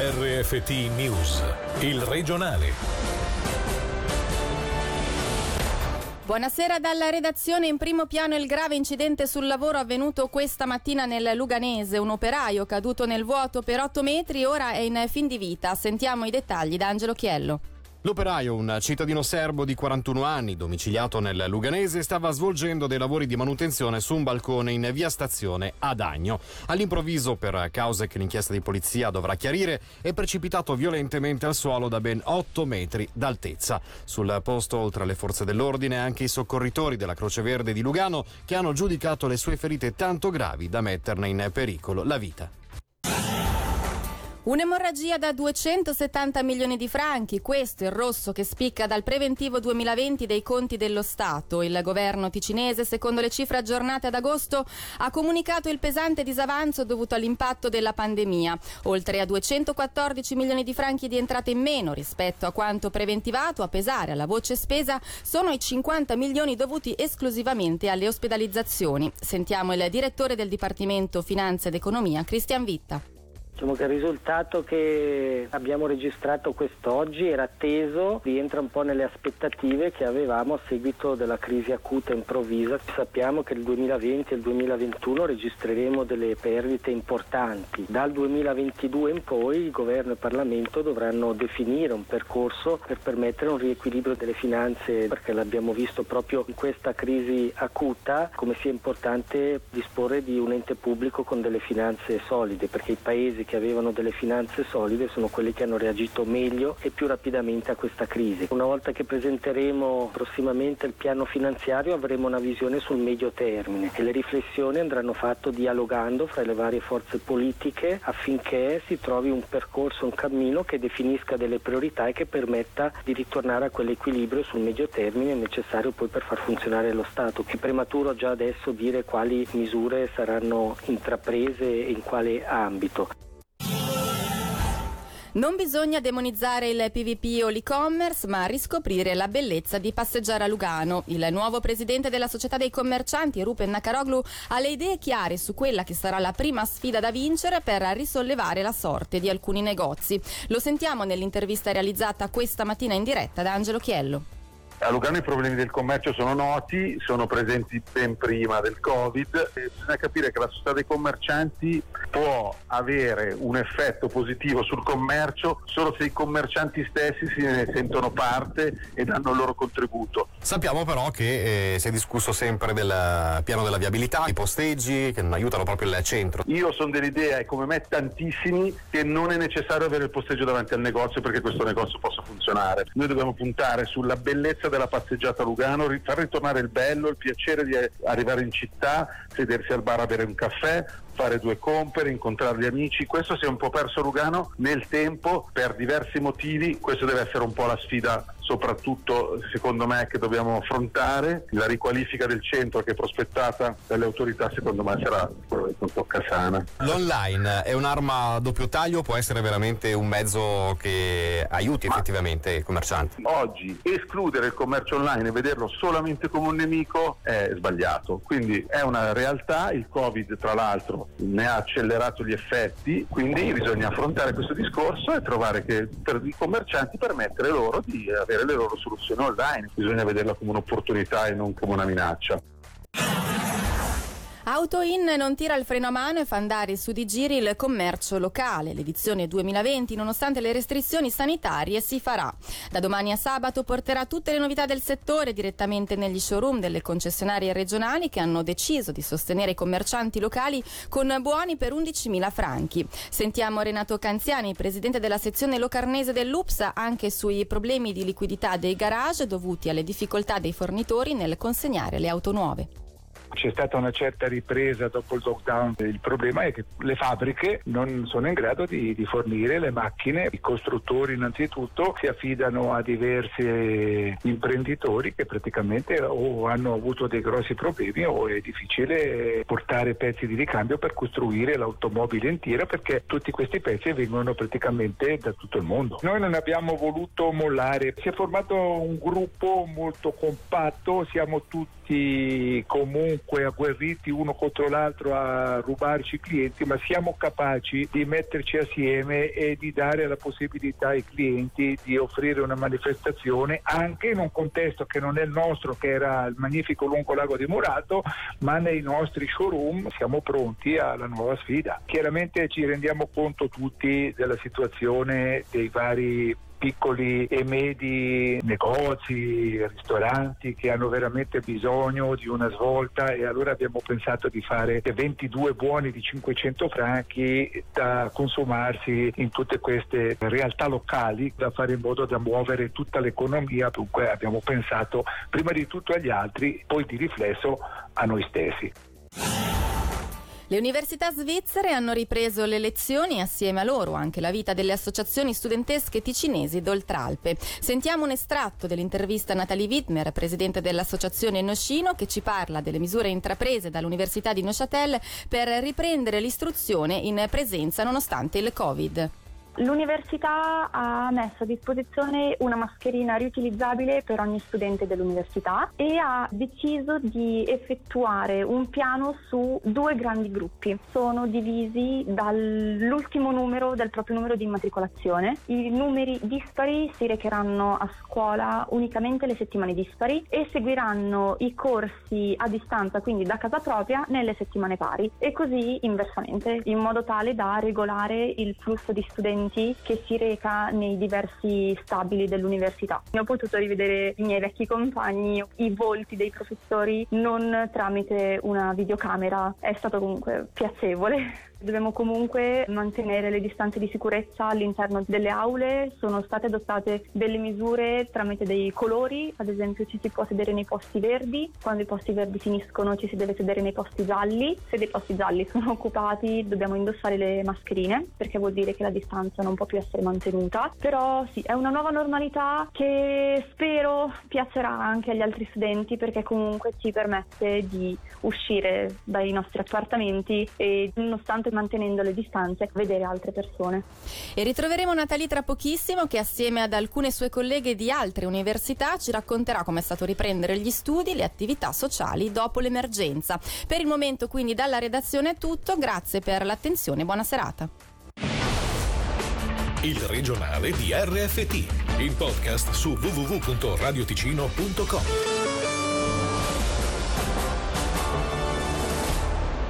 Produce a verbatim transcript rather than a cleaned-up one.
R F T News, il regionale. Buonasera dalla redazione. In primo piano il grave incidente sul lavoro avvenuto questa mattina nel Luganese. Un operaio caduto nel vuoto per otto metri ora è in fin di vita. Sentiamo i dettagli da Angelo Chiello. L'operaio, un cittadino serbo di quarantuno anni, domiciliato nel Luganese, stava svolgendo dei lavori di manutenzione su un balcone in via Stazione ad Agno. All'improvviso, per cause che l'inchiesta di polizia dovrà chiarire, è precipitato violentemente al suolo da ben otto metri d'altezza. Sul posto, oltre alle forze dell'ordine, anche i soccorritori della Croce Verde di Lugano, che hanno giudicato le sue ferite tanto gravi da metterne in pericolo la vita. Un'emorragia da duecentosettanta milioni di franchi, questo è il rosso che spicca dal preventivo duemilaventi dei conti dello Stato. Il governo ticinese, secondo le cifre aggiornate ad agosto, ha comunicato il pesante disavanzo dovuto all'impatto della pandemia. Oltre a duecentoquattordici milioni di franchi di entrate in meno rispetto a quanto preventivato, a pesare alla voce spesa sono i cinquanta milioni dovuti esclusivamente alle ospedalizzazioni. Sentiamo il direttore del Dipartimento Finanza ed Economia, Cristian Vitta. Diciamo che il risultato che abbiamo registrato quest'oggi era atteso, rientra un po' nelle aspettative che avevamo a seguito della crisi acuta improvvisa. Sappiamo che il duemilaventi e il duemilaventuno registreremo delle perdite importanti. Dal duemilaventidue in poi il governo e il Parlamento dovranno definire un percorso per permettere un riequilibrio delle finanze, perché l'abbiamo visto proprio in questa crisi acuta come sia importante disporre di un ente pubblico con delle finanze solide, perché i paesi che avevano delle finanze solide sono quelli che hanno reagito meglio e più rapidamente a questa crisi. Una volta che presenteremo prossimamente il piano finanziario avremo una visione sul medio termine e le riflessioni andranno fatte dialogando fra le varie forze politiche affinché si trovi un percorso, un cammino che definisca delle priorità e che permetta di ritornare a quell'equilibrio sul medio termine necessario poi per far funzionare lo Stato. È prematuro già adesso dire quali misure saranno intraprese e in quale ambito. Non bisogna demonizzare il P V P o l'e-commerce, ma riscoprire la bellezza di passeggiare a Lugano. Il nuovo presidente della Società dei Commercianti, Rupen Nakaroglu, ha le idee chiare su quella che sarà la prima sfida da vincere per risollevare la sorte di alcuni negozi. Lo sentiamo nell'intervista realizzata questa mattina in diretta da Angelo Chiello. A Lugano i problemi del commercio sono noti, sono presenti ben prima del Covid e bisogna capire che la società dei commercianti può avere un effetto positivo sul commercio solo se i commercianti stessi si ne sentono parte e danno il loro contributo. Sappiamo però che eh, si è discusso sempre del piano della viabilità, i posteggi che non aiutano proprio il centro. Io sono dell'idea, e come me tantissimi, che non è necessario avere il posteggio davanti al negozio perché questo negozio possa funzionare. Noi dobbiamo puntare sulla bellezza della passeggiata a Lugano, far ritornare il bello, il piacere di arrivare in città, sedersi al bar a bere un caffè, fare due compere, incontrare gli amici. Questo si è un po' perso a Lugano nel tempo per diversi motivi. Questo deve essere un po' la sfida, soprattutto secondo me, che dobbiamo affrontare. La riqualifica del centro che è prospettata dalle autorità secondo me sarà un po' casana. L'online è un'arma a doppio taglio, può essere veramente un mezzo che aiuti Ma effettivamente i commercianti? Oggi escludere il commercio online e vederlo solamente come un nemico è sbagliato, quindi è una realtà. Il Covid tra l'altro ne ha accelerato gli effetti, quindi bisogna affrontare questo discorso e trovare che per i commercianti permettere loro di avere le loro soluzioni online. Bisogna vederla come un'opportunità e non come una minaccia. Autoin non tira il freno a mano e fa andare su di giri il commercio locale. L'edizione duemilaventi, nonostante le restrizioni sanitarie, si farà. Da domani a sabato porterà tutte le novità del settore direttamente negli showroom delle concessionarie regionali che hanno deciso di sostenere i commercianti locali con buoni per undicimila franchi. Sentiamo Renato Canziani, presidente della sezione locarnese dell'U P S, anche sui problemi di liquidità dei garage dovuti alle difficoltà dei fornitori nel consegnare le auto nuove. C'è stata una certa ripresa dopo il lockdown. Il problema è che le fabbriche non sono in grado di, di fornire le macchine. I costruttori innanzitutto si affidano a diversi imprenditori che praticamente o hanno avuto dei grossi problemi o è difficile portare pezzi di ricambio per costruire l'automobile intera, perché tutti questi pezzi vengono praticamente da tutto il mondo. Noi non abbiamo voluto mollare, si è formato un gruppo molto compatto, siamo tutti comunque comunque agguerriti uno contro l'altro a rubarci clienti, ma siamo capaci di metterci assieme e di dare la possibilità ai clienti di offrire una manifestazione anche in un contesto che non è il nostro, che era il magnifico Lungo Lago di Murato, ma nei nostri showroom siamo pronti alla nuova sfida. Chiaramente ci rendiamo conto tutti della situazione dei vari piccoli e medi negozi, ristoranti che hanno veramente bisogno di una svolta, e allora abbiamo pensato di fare ventidue buoni di cinquecento franchi da consumarsi in tutte queste realtà locali, da fare in modo da muovere tutta l'economia. Dunque abbiamo pensato prima di tutto agli altri, poi di riflesso a noi stessi. Le università svizzere hanno ripreso le lezioni e assieme a loro anche la vita delle associazioni studentesche ticinesi d'Oltralpe. Sentiamo un estratto dell'intervista a Nathalie Widmer, presidente dell'associazione Noscino, che ci parla delle misure intraprese dall'Università di Neuchâtel per riprendere l'istruzione in presenza nonostante il Covid. L'università ha messo a disposizione una mascherina riutilizzabile per ogni studente dell'università e ha deciso di effettuare un piano su due grandi gruppi. Sono divisi dall'ultimo numero del proprio numero di immatricolazione. I numeri dispari si recheranno a scuola unicamente le settimane dispari e seguiranno i corsi a distanza, quindi da casa propria, nelle settimane pari, e così inversamente, in modo tale da regolare il flusso di studenti che si reca nei diversi stabili dell'università. Ho potuto rivedere i miei vecchi compagni, i volti dei professori non tramite una videocamera, è stato comunque piacevole. Dobbiamo comunque mantenere le distanze di sicurezza all'interno delle aule, sono state adottate delle misure tramite dei colori, ad esempio ci si può sedere nei posti verdi, quando i posti verdi finiscono ci si deve sedere nei posti gialli, se dei posti gialli sono occupati dobbiamo indossare le mascherine perché vuol dire che la distanza non può più essere mantenuta, però sì, è una nuova normalità che spero piacerà anche agli altri studenti perché comunque ci permette di uscire dai nostri appartamenti e nonostante mantenendo le distanze, vedere altre persone. E ritroveremo Nathalie tra pochissimo, che assieme ad alcune sue colleghe di altre università ci racconterà come è stato riprendere gli studi, le attività sociali dopo l'emergenza. Per il momento quindi dalla redazione è tutto, grazie per l'attenzione, buona serata. Il regionale di R F T, il podcast su w w w punto radioticino punto com.